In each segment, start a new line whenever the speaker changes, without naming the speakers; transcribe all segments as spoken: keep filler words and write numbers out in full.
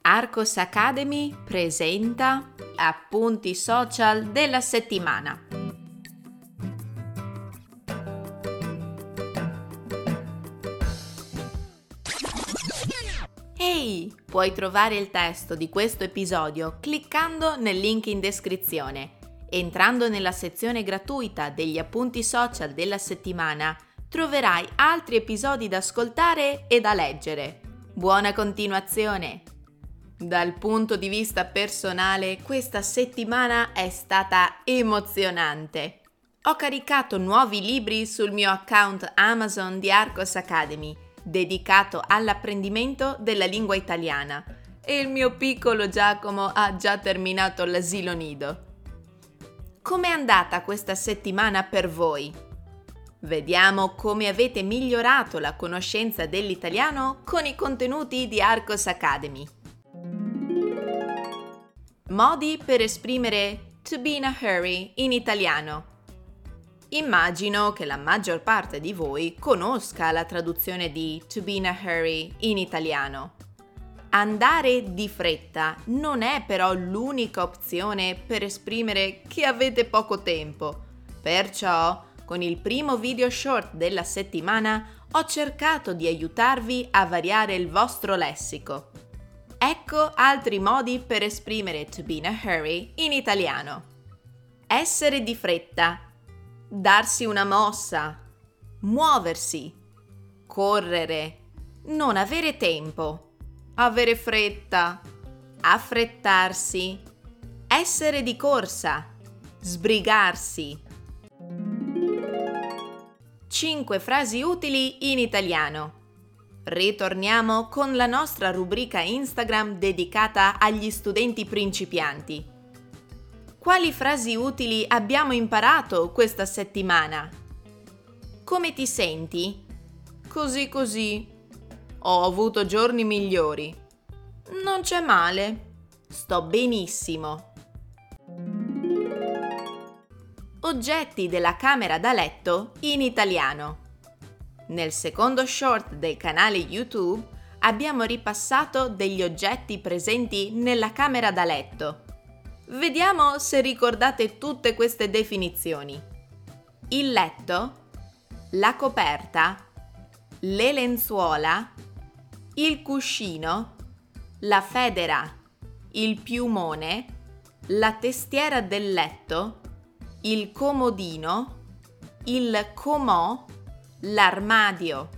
Arcos Academy presenta Appunti social della settimana. Ehi, puoi trovare il testo di questo episodio cliccando nel link in descrizione. Entrando nella sezione gratuita degli appunti social della settimana, troverai altri episodi da ascoltare e da leggere. Buona continuazione! Dal punto di vista personale, questa settimana è stata emozionante. Ho caricato nuovi libri sul mio account Amazon di Arcos Academy, dedicato all'apprendimento della lingua italiana, e il mio piccolo Giacomo ha già terminato l'asilo nido. Com'è andata questa settimana per voi? Vediamo come avete migliorato la conoscenza dell'italiano con i contenuti di Arcos Academy. Modi per esprimere to be in a hurry in italiano. Immagino che la maggior parte di voi conosca la traduzione di to be in a hurry in italiano. Andare di fretta non è però l'unica opzione per esprimere che avete poco tempo. Perciò, con il primo video short della settimana, ho cercato di aiutarvi a variare il vostro lessico. Ecco altri modi per esprimere to be in a hurry in italiano. Essere di fretta, darsi una mossa, muoversi, correre, non avere tempo, avere fretta, affrettarsi, essere di corsa, sbrigarsi. cinque frasi utili in italiano. Ritorniamo con la nostra rubrica Instagram dedicata agli studenti principianti. Quali frasi utili abbiamo imparato questa settimana? Come ti senti? Così così. Ho avuto giorni migliori. Non c'è male. Sto benissimo. Oggetti della camera da letto in italiano. Nel secondo short del canale YouTube abbiamo ripassato degli oggetti presenti nella camera da letto. Vediamo se ricordate tutte queste definizioni. Il letto, la coperta, le lenzuola, il cuscino, la federa, il piumone, la testiera del letto, il comodino, il comò, l'armadio.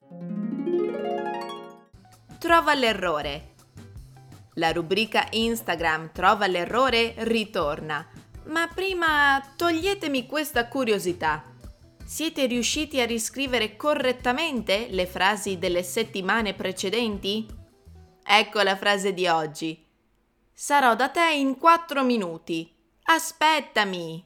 Trova l'errore. La rubrica Instagram Trova l'errore ritorna, ma prima toglietemi questa curiosità. Siete riusciti a riscrivere correttamente le frasi delle settimane precedenti? Ecco la frase di oggi. Sarò da te in quattro minuti. Aspettami!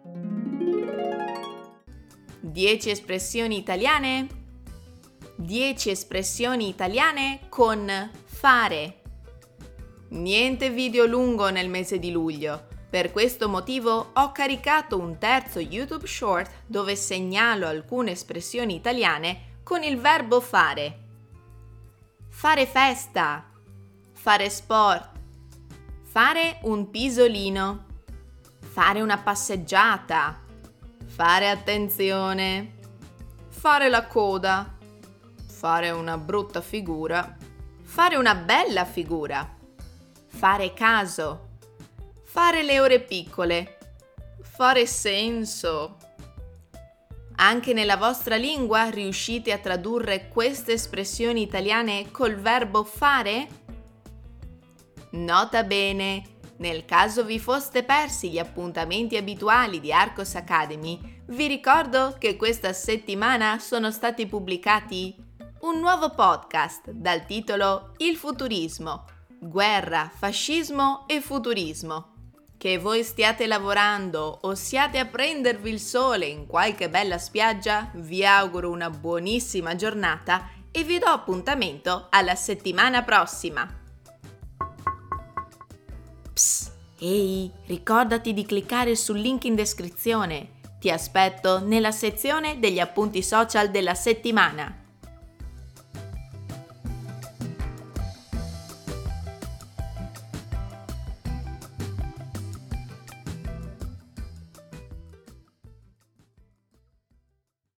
dieci espressioni italiane? dieci espressioni italiane con fare. Niente video lungo nel mese di luglio. Per questo motivo ho caricato un terzo YouTube Short dove segnalo alcune espressioni italiane con il verbo fare. Fare festa, fare sport, fare un pisolino, fare una passeggiata, fare attenzione, fare la coda, fare una brutta figura, fare una bella figura, fare caso, fare le ore piccole, fare senso. Anche nella vostra lingua riuscite a tradurre queste espressioni italiane col verbo fare? Nota bene, nel caso vi foste persi gli appuntamenti abituali di Arcos Academy, vi ricordo che questa settimana sono stati pubblicati un nuovo podcast dal titolo Il futurismo, guerra, fascismo e futurismo. Che voi stiate lavorando o siate a prendervi il sole in qualche bella spiaggia, vi auguro una buonissima giornata e vi do appuntamento alla settimana prossima. Psst, ehi, ricordati di cliccare sul link in descrizione. Ti aspetto nella sezione degli appunti social della settimana.